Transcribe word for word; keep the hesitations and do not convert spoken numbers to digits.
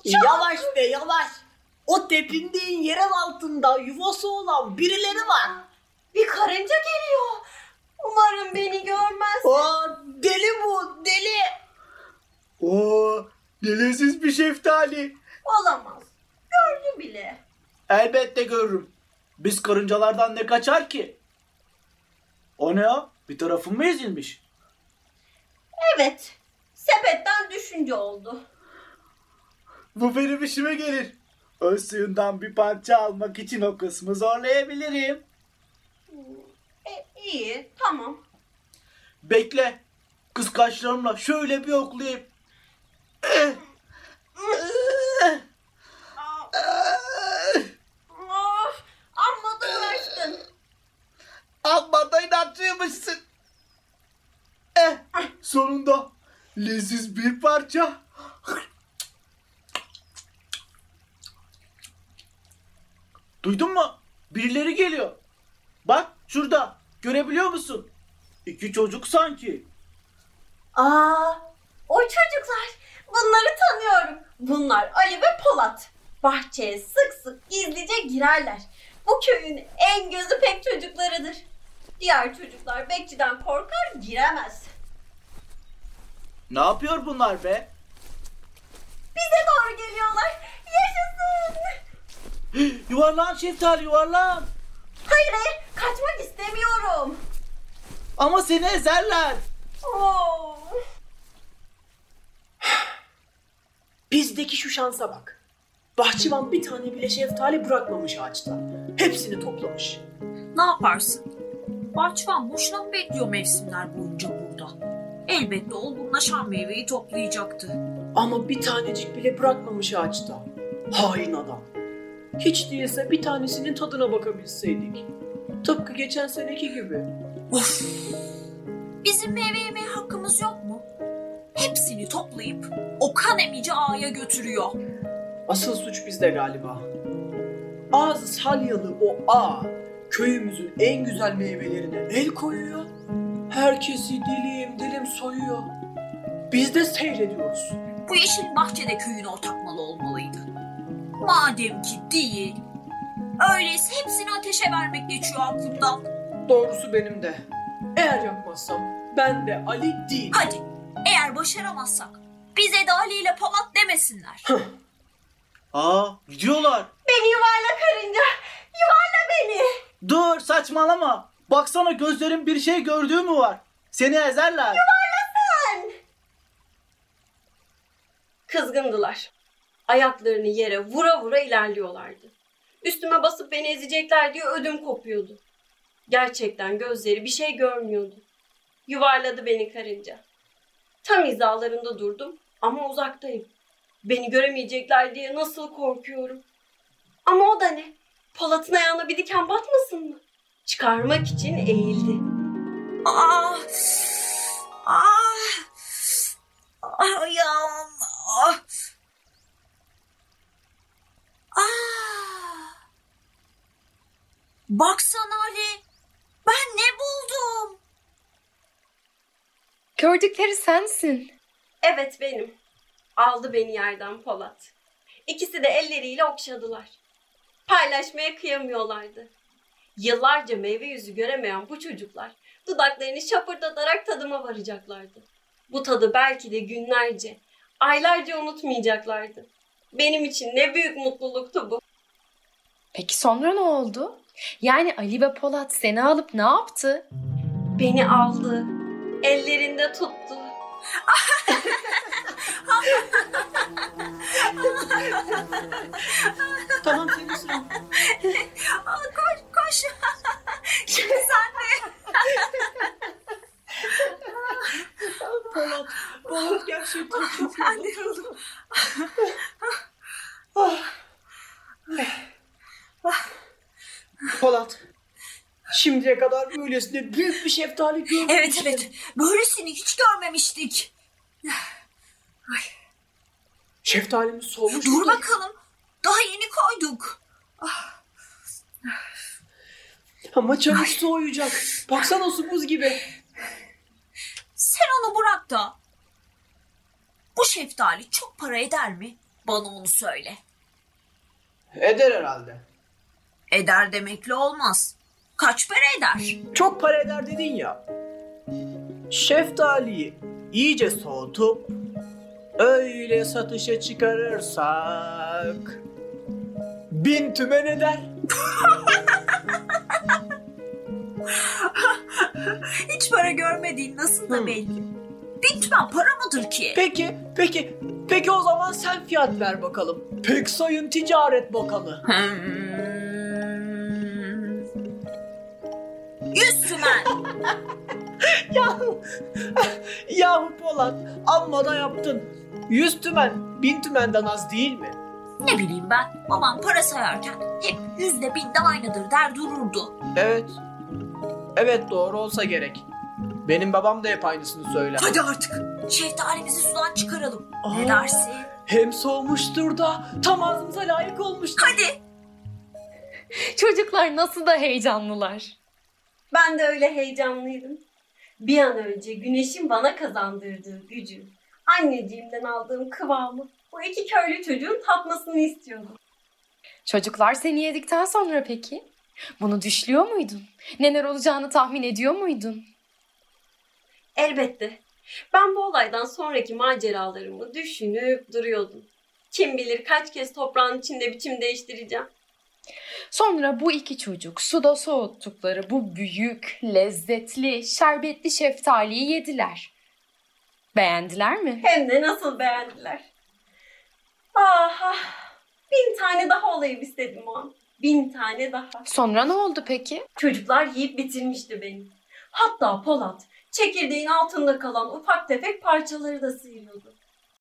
Yavaş be yavaş. O tepindiğin yerin altında yuvası olan birileri var. Bir karınca geliyor. Umarım beni görmez. Aa, deli bu deli. Oo, delisiz bir şeftali. Olamaz. Gördü bile. Elbette görürüm. Biz karıncalardan ne kaçar ki? O ne ya? Bir tarafın mı ezilmiş? Evet. Sepetten düşünce oldu. Bu benim işime gelir. Öz suyundan bir parça almak için o kısmı zorlayabilirim. E, iyi, tamam. Bekle. Kıskaçlarımla şöyle bir oklayayım. Of, amma da uğraştın. Amma da inatçıymışsın. Eh, sonunda leziz bir parça. Duydun mu? Birileri geliyor. Bak şurada. Görebiliyor musun? İki çocuk sanki. Aa, o çocuklar. Bunları tanıyorum. Bunlar Ali ve Polat. Bahçeye sık sık gizlice girerler. Bu köyün en gözü pek çocuklarıdır. Diğer çocuklar bekçiden korkar, giremez. Ne yapıyor bunlar be? Bize doğru geliyorlar. Yaşasın. Yuvarlan şeftali yuvarlan. Hayır hayır, kaçmak istemiyorum. Ama seni ezerler. Oo. Bizdeki şu şansa bak. Bahçıvan bir tane bile şeftali bırakmamış ağaçta. Hepsini toplamış. Ne yaparsın? Bahçıvan boşuna mı bekliyor mevsimler boyunca burada? Elbette olgunlaşan meyveyi toplayacaktı. Ama bir tanecik bile bırakmamış ağaçta. Hain adam. Hiç değilse bir tanesinin tadına bakabilseydik. Tıpkı geçen seneki gibi. Of! Bizim meyve yemeye hakkımız yok mu? Hepsini toplayıp o kan emici ağaya götürüyor. Asıl suç bizde galiba. Ağzı salyalı o ağa köyümüzün en güzel meyvelerine el koyuyor. Herkesi dilim dilim soyuyor. Biz de seyrediyoruz. Bu yeşil bahçede köyün ortak malı olmalıydı. Madem ki değil, öyleyse hepsini ateşe vermek geçiyor aklımdan. Doğrusu benim de. Eğer yapmazsam ben de Ali değilim. Hadi, eğer başaramazsak bize de Ali ile Polat demesinler. Aa, gidiyorlar. Beni yuvarla karınca. Yuvarla beni. Dur saçmalama. Baksana gözlerin bir şey gördüğü mü var? Seni ezerler. Yuvarlasın. Kızgındılar. Ayaklarını yere vura vura ilerliyorlardı. Üstüme basıp beni ezecekler diye ödüm kopuyordu. Gerçekten gözleri bir şey görmüyordu. Yuvarladı beni karınca. Tam hizalarında durdum ama uzaktayım. Beni göremeyecekler diye nasıl korkuyorum. Ama o da ne? Polat'ın ayağına bir diken batmasın mı? Çıkarmak için eğildi. Ah! Ah! Ah ayağım! Ah! Ah! Baksana Ali! Ben ne buldum? Gördükleri sensin. Evet benim. Aldı beni yerden Polat. İkisi de elleriyle okşadılar. Paylaşmaya kıyamıyorlardı. Yıllarca meyve yüzü göremeyen bu çocuklar dudaklarını şapırdatarak tadıma varacaklardı. Bu tadı belki de günlerce, aylarca unutmayacaklardı. Benim için ne büyük mutluluktu bu. Peki sonra ne oldu? Yani Ali ve Polat seni alıp ne yaptı? Beni aldı, ellerinde tuttu. Tamam senin sıran. Aa, koş koş! Şimdi sen de! Polat, Polat gerçekten çok Ben de yoruldum. Polat, şimdiye kadar böylesine büyük bir şeftali görmemiştim. Evet evet, böylesini hiç görmemiştik. Şeftalimiz solmuş Dur mu? bakalım, daha yeni koyduk. Ama çabuk soğuyacak. Baksana su buz gibi. Sen onu bırak da. Bu şeftali çok para eder mi? Bana onu söyle. Eder herhalde. Eder demekle olmaz. Kaç para eder? Çok para eder dedin ya. Şeftaliyi iyice soğutup öyle satışa çıkarırsak bin tümen eder. Hiç para görmediğin nasıl da Hı. belli. Bin tümen para mıdır ki? Peki, peki, peki o zaman sen fiyat ver bakalım. Pek sayın Ticaret Bakanı. Hmm. Yüz tümen. Yahu, yahu Polat, amma da yaptın. Yüz tümen, bin tümenden az değil mi? Ne bileyim ben. Babam para sayarken hep yüzde binde aynıdır der dururdu. Evet, evet doğru olsa gerek. Benim babam da hep aynısını söyler. Hadi artık. Şeftalimizi sudan çıkaralım. Ne Aa. dersin? Hem soğumuştur da tam ağzımıza layık olmuştur. Hadi. Çocuklar nasıl da heyecanlılar. Ben de öyle heyecanlıydım. Bir an önce güneşin bana kazandırdığı gücü, anneciğimden aldığım kıvamı bu iki köylü çocuğun tatmasını istiyordum. Çocuklar seni yedikten sonra peki? Bunu düşlüyor muydun? Neler olacağını tahmin ediyor muydun? Elbette. Ben bu olaydan sonraki maceralarımı düşünüp duruyordum. Kim bilir kaç kez toprağın içinde biçim değiştireceğim. Sonra bu iki çocuk suda soğuttukları bu büyük, lezzetli, şerbetli şeftaliyi yediler. Beğendiler mi? Hem de nasıl beğendiler. Aha! Bin tane daha olayım istedim o an. Bin tane daha. Sonra ne oldu peki? Çocuklar yiyip bitirmişti beni. Hatta Polat çekirdeğin altında kalan ufak tefek parçaları da sıyırıyordu.